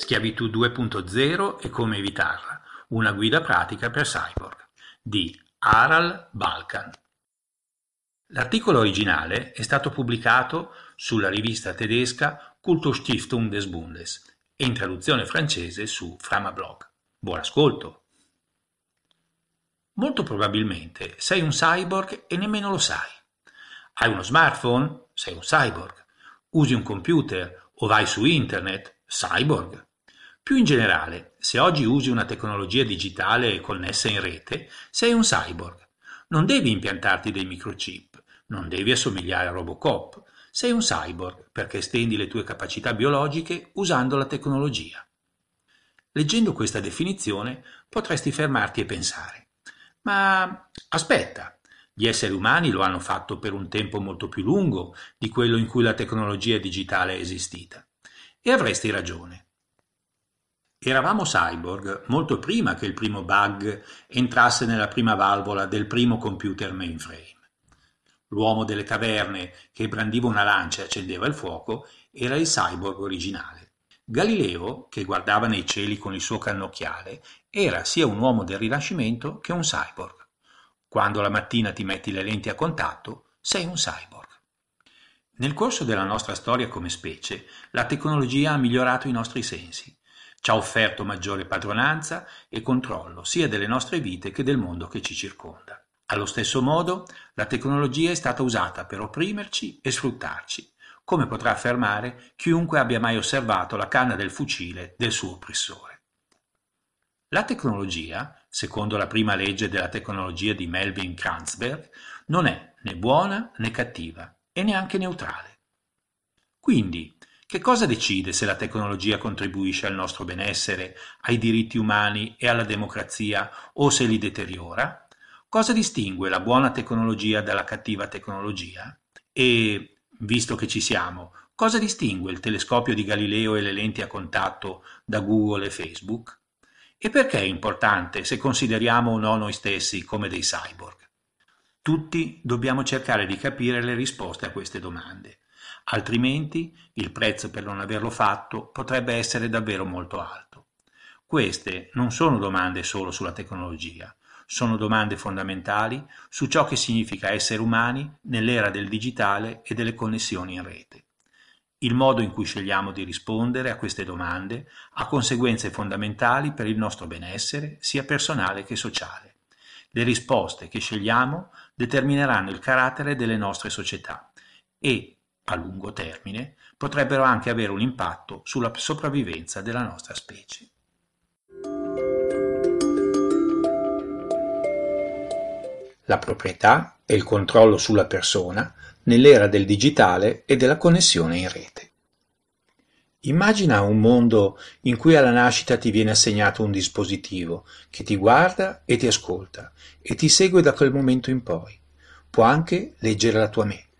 Schiavitù 2.0 e come evitarla. Una guida pratica per cyborg di Harald Balkan. L'articolo originale è stato pubblicato sulla rivista tedesca Kulturstiftung des Bundes e in traduzione francese su Framablog. Buon ascolto! Molto probabilmente sei un cyborg e nemmeno lo sai. Hai uno smartphone? Sei un cyborg. Usi un computer o vai su internet? Cyborg. Più in generale, se oggi usi una tecnologia digitale connessa in rete, sei un cyborg. Non devi impiantarti dei microchip, non devi assomigliare a Robocop. Sei un cyborg perché estendi le tue capacità biologiche usando la tecnologia. Leggendo questa definizione potresti fermarti e pensare: ma aspetta, gli esseri umani lo hanno fatto per un tempo molto più lungo di quello in cui la tecnologia digitale è esistita. E avresti ragione. Eravamo cyborg molto prima che il primo bug entrasse nella prima valvola del primo computer mainframe. L'uomo delle caverne che brandiva una lancia e accendeva il fuoco era il cyborg originale. Galileo, che guardava nei cieli con il suo cannocchiale, era sia un uomo del Rinascimento che un cyborg. Quando la mattina ti metti le lenti a contatto, sei un cyborg. Nel corso della nostra storia come specie, la tecnologia ha migliorato i nostri sensi. Ci ha offerto maggiore padronanza e controllo sia delle nostre vite che del mondo che ci circonda. Allo stesso modo, la tecnologia è stata usata per opprimerci e sfruttarci, come potrà affermare chiunque abbia mai osservato la canna del fucile del suo oppressore. La tecnologia, secondo la prima legge della tecnologia di Melvin Kranzberg, non è né buona né cattiva e neanche neutrale. Quindi, che cosa decide se la tecnologia contribuisce al nostro benessere, ai diritti umani e alla democrazia o se li deteriora? Cosa distingue la buona tecnologia dalla cattiva tecnologia? E, visto che ci siamo, cosa distingue il telescopio di Galileo e le lenti a contatto da Google e Facebook? E perché è importante se consideriamo o no noi stessi come dei cyborg? Tutti dobbiamo cercare di capire le risposte a queste domande. Altrimenti il prezzo per non averlo fatto potrebbe essere davvero molto alto. Queste non sono domande solo sulla tecnologia, sono domande fondamentali su ciò che significa essere umani nell'era del digitale e delle connessioni in rete. Il modo in cui scegliamo di rispondere a queste domande ha conseguenze fondamentali per il nostro benessere, sia personale che sociale. Le risposte che scegliamo determineranno il carattere delle nostre società e, a lungo termine, potrebbero anche avere un impatto sulla sopravvivenza della nostra specie. La proprietà e il controllo sulla persona nell'era del digitale e della connessione in rete. Immagina un mondo in cui alla nascita ti viene assegnato un dispositivo che ti guarda e ti ascolta e ti segue da quel momento in poi. Può anche leggere la tua mente.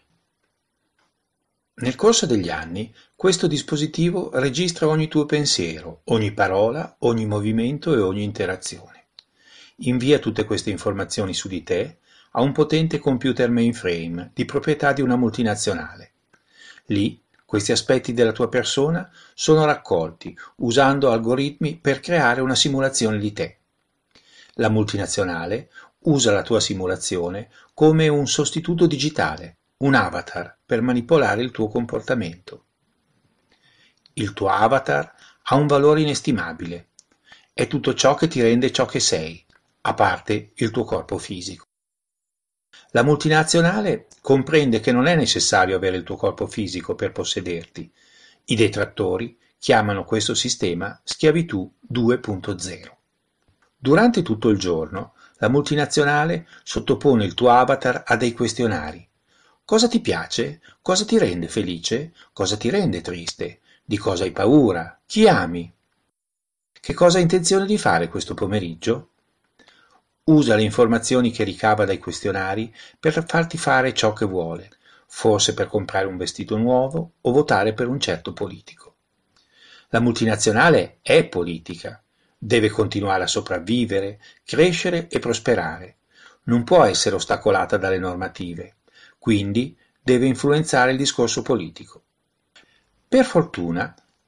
Nel corso degli anni, questo dispositivo registra ogni tuo pensiero, ogni parola, ogni movimento e ogni interazione. Invia tutte queste informazioni su di te a un potente computer mainframe di proprietà di una multinazionale. Lì, questi aspetti della tua persona sono raccolti usando algoritmi per creare una simulazione di te. La multinazionale usa la tua simulazione come un sostituto digitale, un avatar per manipolare il tuo comportamento. Il tuo avatar ha un valore inestimabile. È tutto ciò che ti rende ciò che sei, a parte il tuo corpo fisico. La multinazionale comprende che non è necessario avere il tuo corpo fisico per possederti. I detrattori chiamano questo sistema schiavitù 2.0. Durante tutto il giorno, la multinazionale sottopone il tuo avatar a dei questionari. Cosa ti piace? Cosa ti rende felice? Cosa ti rende triste? Di cosa hai paura? Chi ami? Che cosa hai intenzione di fare questo pomeriggio? Usa le informazioni che ricava dai questionari per farti fare ciò che vuole, forse per comprare un vestito nuovo o votare per un certo politico. La multinazionale è politica, deve continuare a sopravvivere, crescere e prosperare. Non può essere ostacolata dalle normative, quindi deve influenzare il discorso politico. Per fortuna,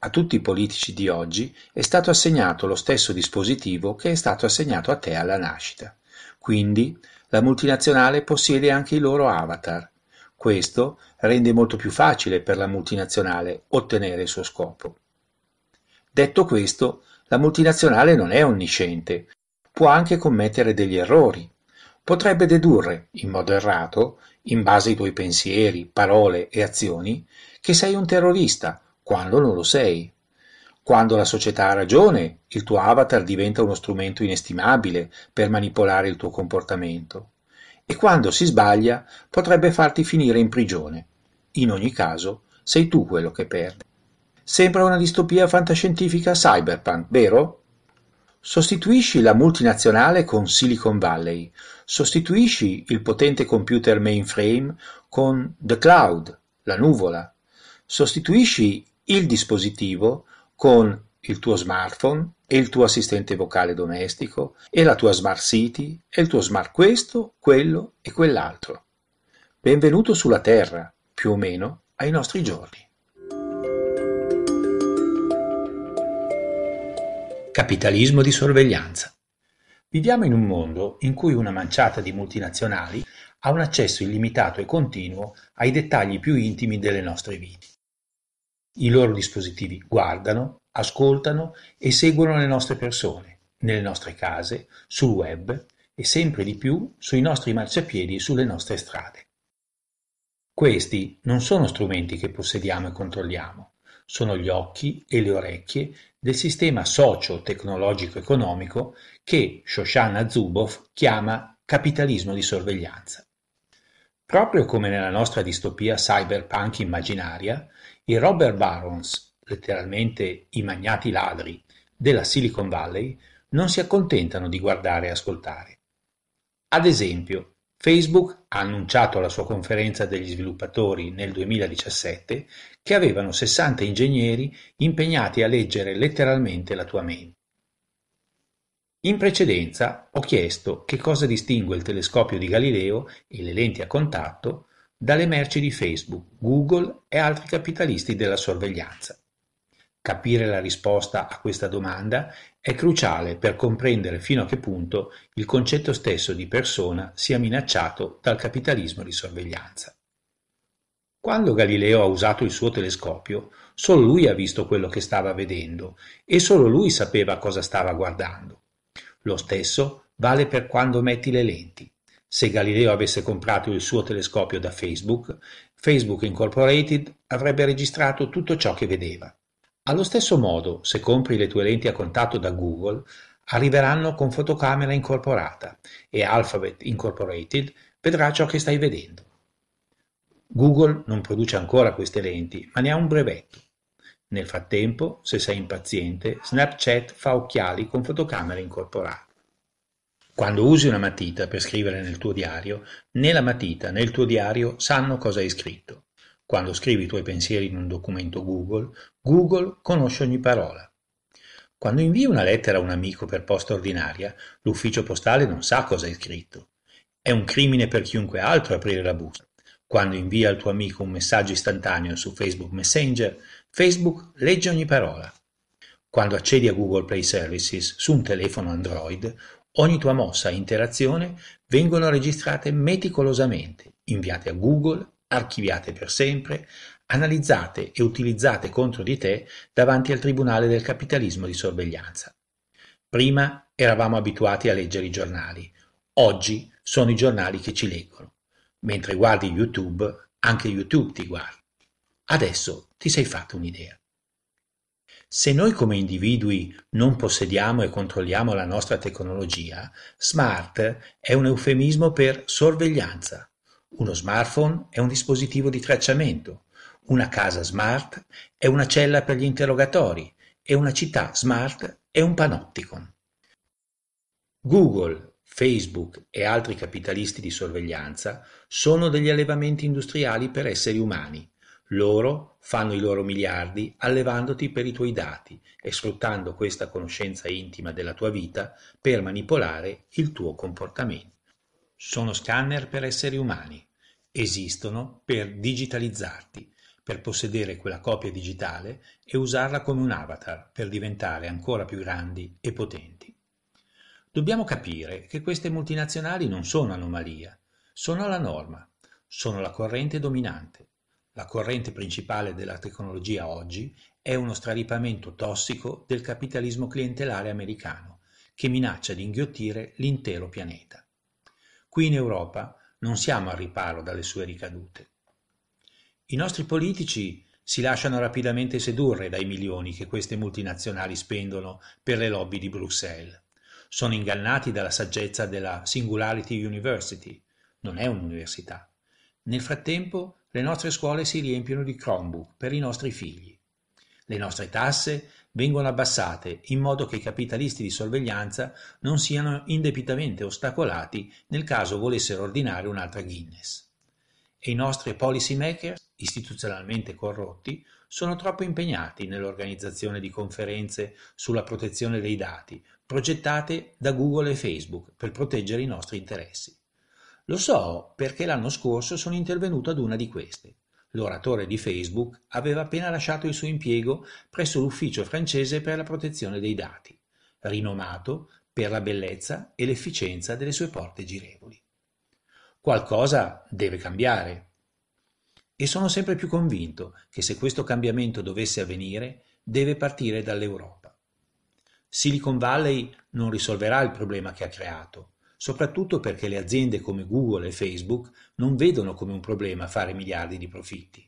A tutti i politici di oggi è stato assegnato lo stesso dispositivo che è stato assegnato a te alla nascita. Quindi la multinazionale possiede anche i loro avatar. Questo rende molto più facile per la multinazionale ottenere il suo scopo. Detto questo, la multinazionale non è onnisciente, può anche commettere degli errori. Potrebbe dedurre, in modo errato, in base ai tuoi pensieri, parole e azioni, che sei un terrorista, quando non lo sei. Quando la società ha ragione, il tuo avatar diventa uno strumento inestimabile per manipolare il tuo comportamento. E quando si sbaglia, potrebbe farti finire in prigione. In ogni caso, sei tu quello che perde. Sembra una distopia fantascientifica cyberpunk, vero? Sostituisci la multinazionale con Silicon Valley, sostituisci il potente computer mainframe con the cloud, la nuvola, sostituisci il dispositivo con il tuo smartphone e il tuo assistente vocale domestico e la tua smart city e il tuo smart questo, quello e quell'altro. Benvenuto sulla Terra, più o meno ai nostri giorni. Capitalismo di sorveglianza. Viviamo in un mondo in cui una manciata di multinazionali ha un accesso illimitato e continuo ai dettagli più intimi delle nostre vite. I loro dispositivi guardano, ascoltano e seguono le nostre persone, nelle nostre case, sul web e sempre di più sui nostri marciapiedi e sulle nostre strade. Questi non sono strumenti che possediamo e controlliamo, sono gli occhi e le orecchie del sistema socio-tecnologico-economico che Shoshana Zuboff chiama capitalismo di sorveglianza. Proprio come nella nostra distopia cyberpunk immaginaria, i robber barons, letteralmente i magnati ladri, della Silicon Valley non si accontentano di guardare e ascoltare. Ad esempio, Facebook ha annunciato alla sua conferenza degli sviluppatori nel 2017 che avevano 60 ingegneri impegnati a leggere letteralmente la tua mente. In precedenza ho chiesto che cosa distingue il telescopio di Galileo e le lenti a contatto dalle merci di Facebook, Google e altri capitalisti della sorveglianza. Capire la risposta a questa domanda è cruciale per comprendere fino a che punto il concetto stesso di persona sia minacciato dal capitalismo di sorveglianza. Quando Galileo ha usato il suo telescopio, solo lui ha visto quello che stava vedendo e solo lui sapeva cosa stava guardando. Lo stesso vale per quando metti le lenti. Se Galileo avesse comprato il suo telescopio da Facebook, Facebook Incorporated avrebbe registrato tutto ciò che vedeva. Allo stesso modo, se compri le tue lenti a contatto da Google, arriveranno con fotocamera incorporata e Alphabet Incorporated vedrà ciò che stai vedendo. Google non produce ancora queste lenti, ma ne ha un brevetto. Nel frattempo, se sei impaziente, Snapchat fa occhiali con fotocamera incorporata. Quando usi una matita per scrivere nel tuo diario, né la matita né il tuo diario sanno cosa hai scritto. Quando scrivi i tuoi pensieri in un documento Google, Google conosce ogni parola. Quando invii una lettera a un amico per posta ordinaria, l'ufficio postale non sa cosa hai scritto. È un crimine per chiunque altro aprire la busta. Quando invia al tuo amico un messaggio istantaneo su Facebook Messenger, Facebook legge ogni parola. Quando accedi a Google Play Services su un telefono Android, ogni tua mossa e interazione vengono registrate meticolosamente, inviate a Google, archiviate per sempre, analizzate e utilizzate contro di te davanti al tribunale del capitalismo di sorveglianza. Prima eravamo abituati a leggere i giornali, oggi sono i giornali che ci leggono. Mentre guardi YouTube, anche YouTube ti guarda. Adesso ti sei fatto un'idea. Se noi come individui non possediamo e controlliamo la nostra tecnologia, smart è un eufemismo per sorveglianza. Uno smartphone è un dispositivo di tracciamento, una casa smart è una cella per gli interrogatori e una città smart è un panopticon. Google, Facebook e altri capitalisti di sorveglianza sono degli allevamenti industriali per esseri umani. Loro fanno i loro miliardi allevandoti per i tuoi dati e sfruttando questa conoscenza intima della tua vita per manipolare il tuo comportamento. Sono scanner per esseri umani. Esistono per digitalizzarti, per possedere quella copia digitale e usarla come un avatar per diventare ancora più grandi e potenti. Dobbiamo capire che queste multinazionali non sono anomalia, sono la norma, sono la corrente dominante. La corrente principale della tecnologia oggi è uno straripamento tossico del capitalismo clientelare americano che minaccia di inghiottire l'intero pianeta. Qui in Europa non siamo al riparo dalle sue ricadute. I nostri politici si lasciano rapidamente sedurre dai milioni che queste multinazionali spendono per le lobby di Bruxelles. Sono ingannati dalla saggezza della Singularity University. Non è un'università. Nel frattempo, le nostre scuole si riempiono di Chromebook per i nostri figli. Le nostre tasse vengono abbassate in modo che i capitalisti di sorveglianza non siano indebitamente ostacolati nel caso volessero ordinare un'altra Guinness. E i nostri policy maker, istituzionalmente corrotti, sono troppo impegnati nell'organizzazione di conferenze sulla protezione dei dati, progettate da Google e Facebook per proteggere i nostri interessi. Lo so perché l'anno scorso sono intervenuto ad una di queste. L'oratore di Facebook aveva appena lasciato il suo impiego presso l'ufficio francese per la protezione dei dati, rinomato per la bellezza e l'efficienza delle sue porte girevoli. Qualcosa deve cambiare. E sono sempre più convinto che se questo cambiamento dovesse avvenire, deve partire dall'Europa. Silicon Valley non risolverà il problema che ha creato, soprattutto perché le aziende come Google e Facebook non vedono come un problema fare miliardi di profitti.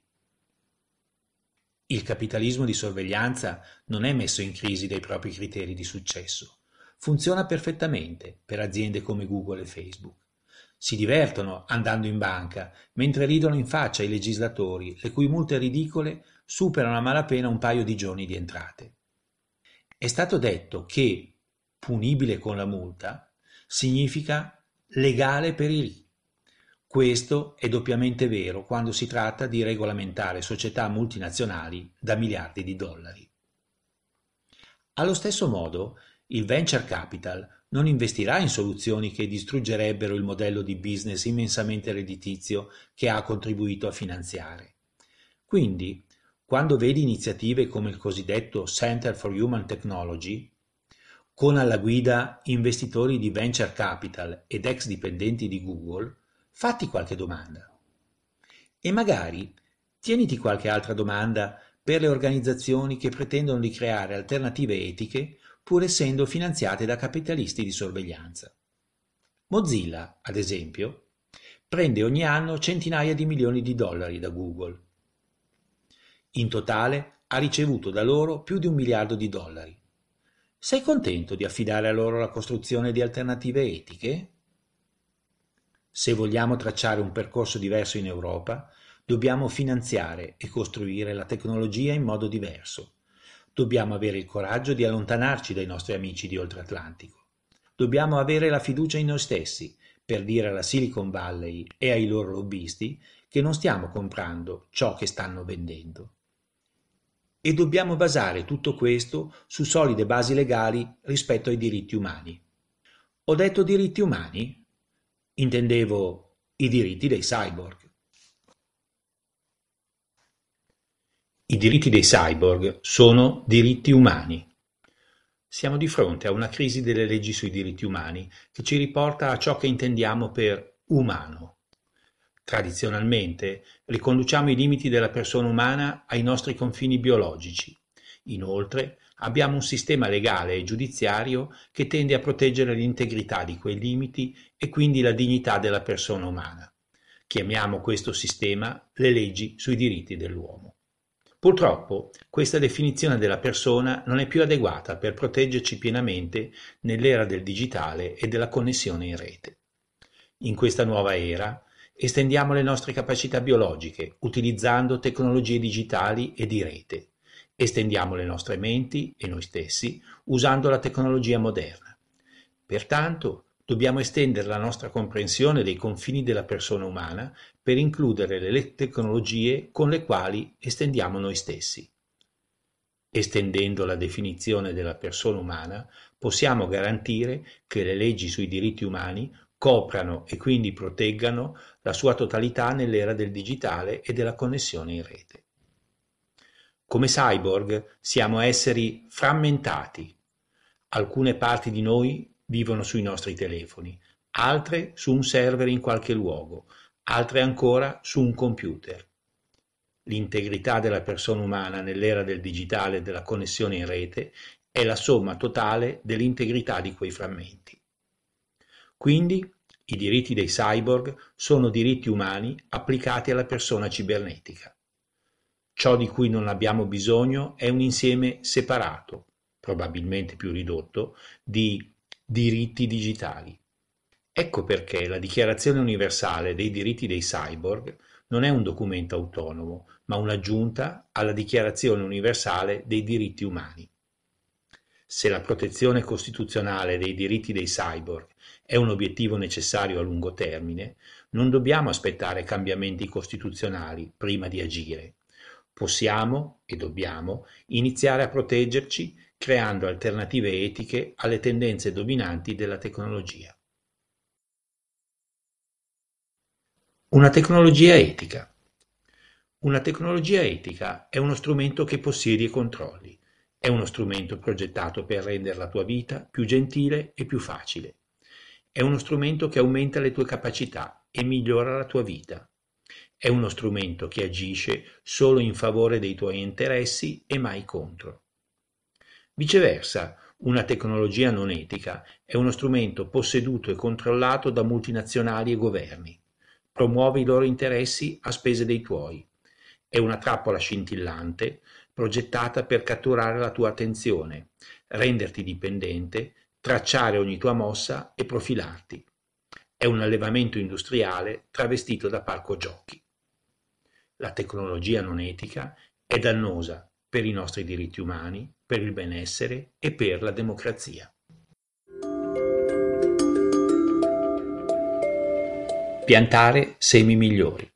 Il capitalismo di sorveglianza non è messo in crisi dai propri criteri di successo. Funziona perfettamente per aziende come Google e Facebook. Si divertono andando in banca, mentre ridono in faccia ai legislatori, le cui multe ridicole superano a malapena un paio di giorni di entrate. È stato detto che punibile con la multa significa legale per i ricchi. Questo è doppiamente vero quando si tratta di regolamentare società multinazionali da miliardi di dollari. Allo stesso modo, il venture capital non investirà in soluzioni che distruggerebbero il modello di business immensamente redditizio che ha contribuito a finanziare. Quindi, quando vedi iniziative come il cosiddetto Center for Human Technology, con alla guida investitori di venture capital ed ex dipendenti di Google, fatti qualche domanda. E magari tieniti qualche altra domanda per le organizzazioni che pretendono di creare alternative etiche pur essendo finanziate da capitalisti di sorveglianza. Mozilla, ad esempio, prende ogni anno centinaia di milioni di dollari da Google. In totale ha ricevuto da loro più di $1 miliardo. Sei contento di affidare a loro la costruzione di alternative etiche? Se vogliamo tracciare un percorso diverso in Europa, dobbiamo finanziare e costruire la tecnologia in modo diverso. Dobbiamo avere il coraggio di allontanarci dai nostri amici di oltreatlantico. Dobbiamo avere la fiducia in noi stessi per dire alla Silicon Valley e ai loro lobbisti che non stiamo comprando ciò che stanno vendendo. E dobbiamo basare tutto questo su solide basi legali rispetto ai diritti umani. Ho detto diritti umani? Intendevo i diritti dei cyborg. I diritti dei cyborg sono diritti umani. Siamo di fronte a una crisi delle leggi sui diritti umani che ci riporta a ciò che intendiamo per umano. Tradizionalmente riconduciamo i limiti della persona umana ai nostri confini biologici. Inoltre abbiamo un sistema legale e giudiziario che tende a proteggere l'integrità di quei limiti e quindi la dignità della persona umana. Chiamiamo questo sistema le leggi sui diritti dell'uomo. Purtroppo questa definizione della persona non è più adeguata per proteggerci pienamente nell'era del digitale e della connessione in rete. In questa nuova era estendiamo le nostre capacità biologiche utilizzando tecnologie digitali e di rete. Estendiamo le nostre menti e noi stessi usando la tecnologia moderna. Pertanto, dobbiamo estendere la nostra comprensione dei confini della persona umana per includere le tecnologie con le quali estendiamo noi stessi. Estendendo la definizione della persona umana, possiamo garantire che le leggi sui diritti umani coprano e quindi proteggano la sua totalità nell'era del digitale e della connessione in rete. Come cyborg siamo esseri frammentati. Alcune parti di noi vivono sui nostri telefoni, altre su un server in qualche luogo, altre ancora su un computer. L'integrità della persona umana nell'era del digitale e della connessione in rete è la somma totale dell'integrità di quei frammenti. Quindi i diritti dei cyborg sono diritti umani applicati alla persona cibernetica. Ciò di cui non abbiamo bisogno è un insieme separato, probabilmente più ridotto, di diritti digitali. Ecco perché la Dichiarazione universale dei diritti dei cyborg non è un documento autonomo, ma un'aggiunta alla Dichiarazione universale dei diritti umani. Se la protezione costituzionale dei diritti dei cyborg è un obiettivo necessario a lungo termine, non dobbiamo aspettare cambiamenti costituzionali prima di agire. Possiamo e dobbiamo iniziare a proteggerci creando alternative etiche alle tendenze dominanti della tecnologia. Una tecnologia etica. Una tecnologia etica è uno strumento che possiedi e controlli. È uno strumento progettato per rendere la tua vita più gentile e più facile. È uno strumento che aumenta le tue capacità e migliora la tua vita. È uno strumento che agisce solo in favore dei tuoi interessi e mai contro. Viceversa, una tecnologia non etica è uno strumento posseduto e controllato da multinazionali e governi. Promuove i loro interessi a spese dei tuoi. È una trappola scintillante progettata per catturare la tua attenzione, renderti dipendente, tracciare ogni tua mossa e profilarti. È un allevamento industriale travestito da parco giochi. La tecnologia non etica è dannosa per i nostri diritti umani, per il benessere e per la democrazia. Piantare semi migliori.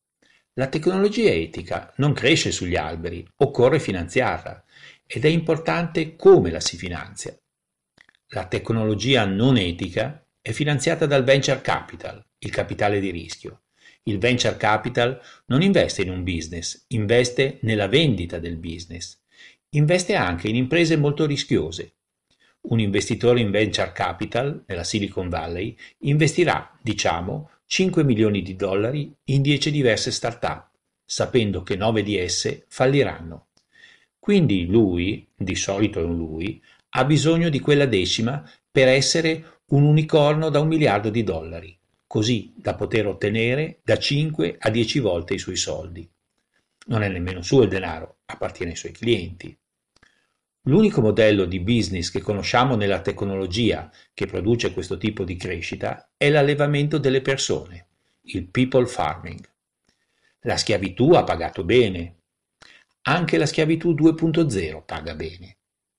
La tecnologia etica non cresce sugli alberi, occorre finanziarla ed è importante come la si finanzia. La tecnologia non etica è finanziata dal venture capital, il capitale di rischio. Il venture capital non investe in un business, investe nella vendita del business. Investe anche in imprese molto rischiose. Un investitore in venture capital nella Silicon Valley investirà, diciamo, 5 milioni di dollari in 10 diverse start-up, sapendo che 9 di esse falliranno. Quindi lui, di solito è un lui, ha bisogno di quella decima per essere un unicorno da 1 miliardo di dollari, così da poter ottenere da 5 a 10 volte i suoi soldi. Non è nemmeno suo il denaro, appartiene ai suoi clienti. L'unico modello di business che conosciamo nella tecnologia che produce questo tipo di crescita è l'allevamento delle persone, il people farming. La schiavitù ha pagato bene. Anche la schiavitù 2.0 paga bene.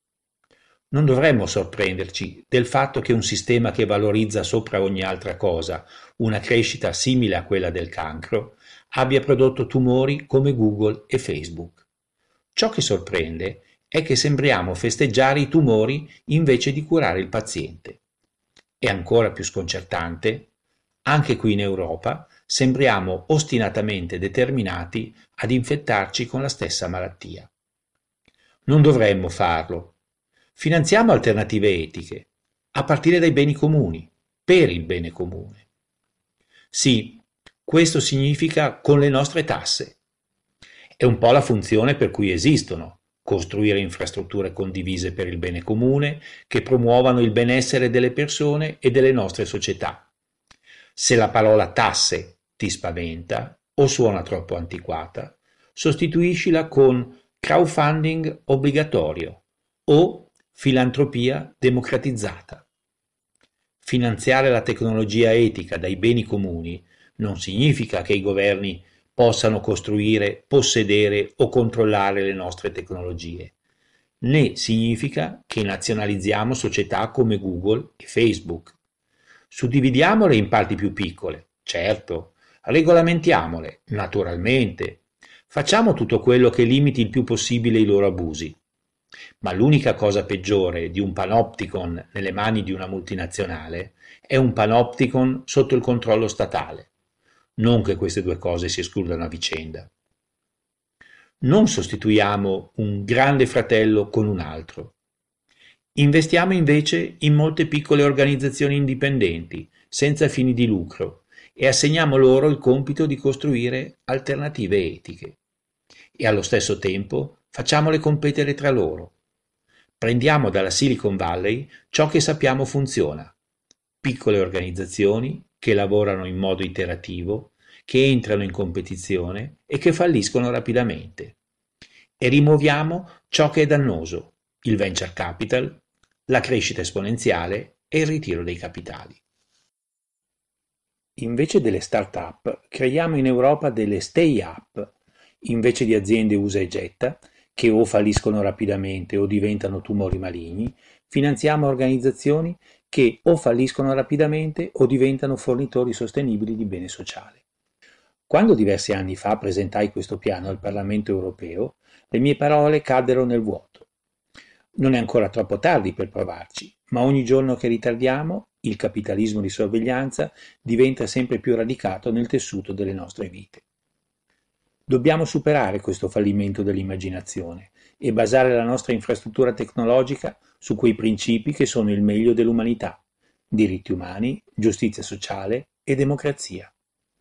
Non dovremmo sorprenderci del fatto che un sistema che valorizza sopra ogni altra cosa una crescita simile a quella del cancro abbia prodotto tumori come Google e Facebook. Ciò che sorprende è che sembriamo festeggiare i tumori invece di curare il paziente. E ancora più sconcertante, anche qui in Europa sembriamo ostinatamente determinati ad infettarci con la stessa malattia. Non dovremmo farlo. Finanziamo alternative etiche, a partire dai beni comuni, per il bene comune. Sì, questo significa con le nostre tasse. È un po' la funzione per cui esistono, costruire infrastrutture condivise per il bene comune che promuovano il benessere delle persone e delle nostre società. Se la parola tasse ti spaventa o suona troppo antiquata, sostituiscila con crowdfunding obbligatorio o filantropia democratizzata. Finanziare la tecnologia etica dai beni comuni non significa che i governi possano costruire, possedere o controllare le nostre tecnologie, né significa che nazionalizziamo società come Google e Facebook. Suddividiamole in parti più piccole, certo, regolamentiamole, naturalmente. Facciamo tutto quello che limiti il più possibile i loro abusi. Ma l'unica cosa peggiore di un panopticon nelle mani di una multinazionale è un panopticon sotto il controllo statale. Non che queste due cose si escludano a vicenda. Non sostituiamo un grande fratello con un altro. Investiamo invece in molte piccole organizzazioni indipendenti, senza fini di lucro, e assegniamo loro il compito di costruire alternative etiche. E allo stesso tempo facciamole competere tra loro. Prendiamo dalla Silicon Valley ciò che sappiamo funziona: piccole organizzazioni che lavorano in modo iterativo, che entrano in competizione e che falliscono rapidamente. E rimuoviamo ciò che è dannoso: il venture capital, la crescita esponenziale e il ritiro dei capitali. Invece delle start-up, creiamo in Europa delle stay-up, invece di aziende usa e getta, che o falliscono rapidamente o diventano tumori maligni. Finanziamo organizzazioni che o falliscono rapidamente o diventano fornitori sostenibili di bene sociale. Quando diversi anni fa presentai questo piano al Parlamento europeo, le mie parole caddero nel vuoto. Non è ancora troppo tardi per provarci, ma ogni giorno che ritardiamo, il capitalismo di sorveglianza diventa sempre più radicato nel tessuto delle nostre vite. Dobbiamo superare questo fallimento dell'immaginazione e basare la nostra infrastruttura tecnologica su quei principi che sono il meglio dell'umanità: diritti umani, giustizia sociale e democrazia.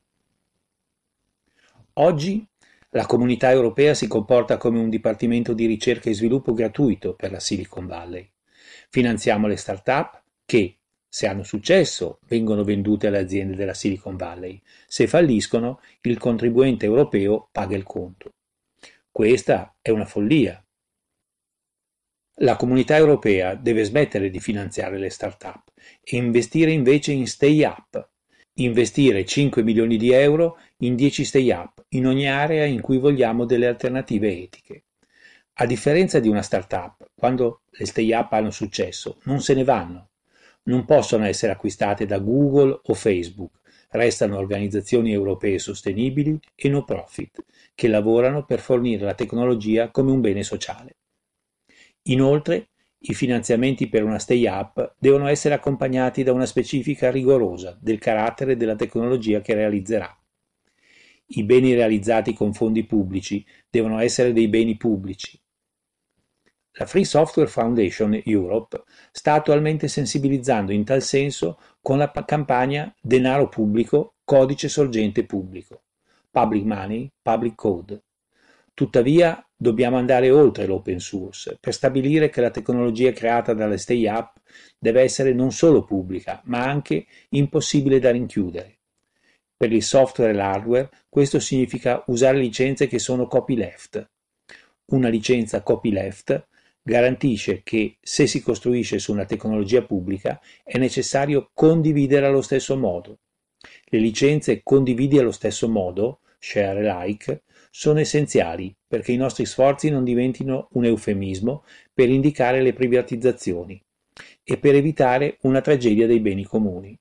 Oggi la Comunità Europea si comporta come un dipartimento di ricerca e sviluppo gratuito per la Silicon Valley. Finanziamo le start-up che, se hanno successo, vengono vendute alle aziende della Silicon Valley; se falliscono, il contribuente europeo paga il conto. Questa è una follia. La Comunità Europea deve smettere di finanziare le start-up e investire invece in stay-up. Investire 5 milioni di euro in 10 stay-up in ogni area in cui vogliamo delle alternative etiche. A differenza di una start-up, quando le stay-up hanno successo, non se ne vanno. Non possono essere acquistate da Google o Facebook, restano organizzazioni europee sostenibili e no profit, che lavorano per fornire la tecnologia come un bene sociale. Inoltre, i finanziamenti per una stay-up devono essere accompagnati da una specifica rigorosa del carattere della tecnologia che realizzerà. I beni realizzati con fondi pubblici devono essere dei beni pubblici. La Free Software Foundation Europe sta attualmente sensibilizzando in tal senso con la campagna Denaro pubblico, codice sorgente pubblico. Public Money, Public Code. Tuttavia, dobbiamo andare oltre l'open source per stabilire che la tecnologia creata dalle stay-up deve essere non solo pubblica, ma anche impossibile da rinchiudere. Per il software e l'hardware questo significa usare licenze che sono copyleft. Una licenza copyleft garantisce che, se si costruisce su una tecnologia pubblica, è necessario condividere allo stesso modo. Le licenze condividi allo stesso modo, share alike, sono essenziali perché i nostri sforzi non diventino un eufemismo per indicare le privatizzazioni e per evitare una tragedia dei beni comuni.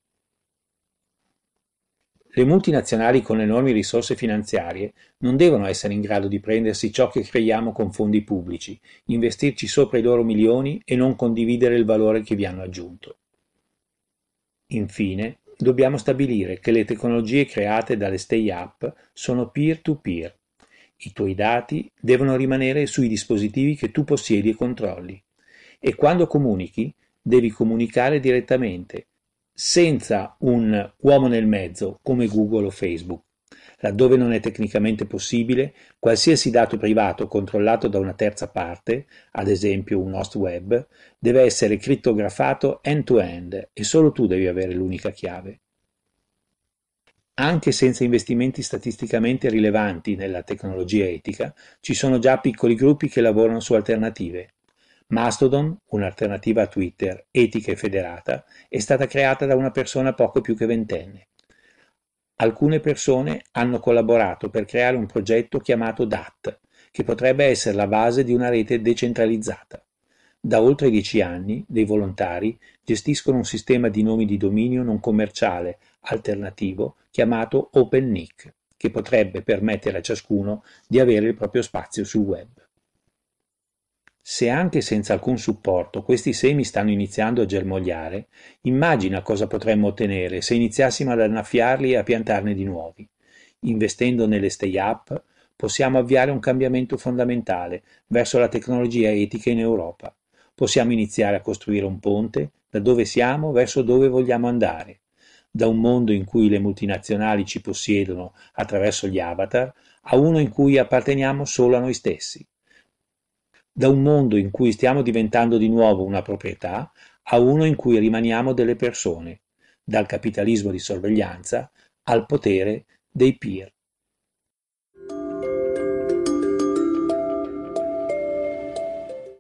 Le multinazionali con enormi risorse finanziarie non devono essere in grado di prendersi ciò che creiamo con fondi pubblici, investirci sopra i loro milioni e non condividere il valore che vi hanno aggiunto. Infine, dobbiamo stabilire che le tecnologie create dalle stay-up sono peer-to-peer. I tuoi dati devono rimanere sui dispositivi che tu possiedi e controlli. E quando comunichi, devi comunicare direttamente, senza un uomo nel mezzo come Google o Facebook. Laddove non è tecnicamente possibile, qualsiasi dato privato controllato da una terza parte, ad esempio un host web, deve essere crittografato end-to-end e solo tu devi avere l'unica chiave. Anche senza investimenti statisticamente rilevanti nella tecnologia etica, ci sono già piccoli gruppi che lavorano su alternative. Mastodon, un'alternativa a Twitter, etica e federata, è stata creata da una persona poco più che ventenne. Alcune persone hanno collaborato per creare un progetto chiamato DAT, che potrebbe essere la base di una rete decentralizzata. Da oltre 10 anni, dei volontari gestiscono un sistema di nomi di dominio non commerciale alternativo chiamato OpenNIC, che potrebbe permettere a ciascuno di avere il proprio spazio sul web. Se anche senza alcun supporto questi semi stanno iniziando a germogliare, immagina cosa potremmo ottenere se iniziassimo ad annaffiarli e a piantarne di nuovi. Investendo nelle stay-up Possiamo avviare un cambiamento fondamentale verso la tecnologia etica in Europa. Possiamo iniziare a costruire un ponte da dove siamo verso dove vogliamo andare, da un mondo in cui le multinazionali ci possiedono attraverso gli avatar a uno in cui apparteniamo solo a noi stessi, da un mondo in cui stiamo diventando di nuovo una proprietà a uno in cui rimaniamo delle persone, dal capitalismo di sorveglianza al potere dei peer.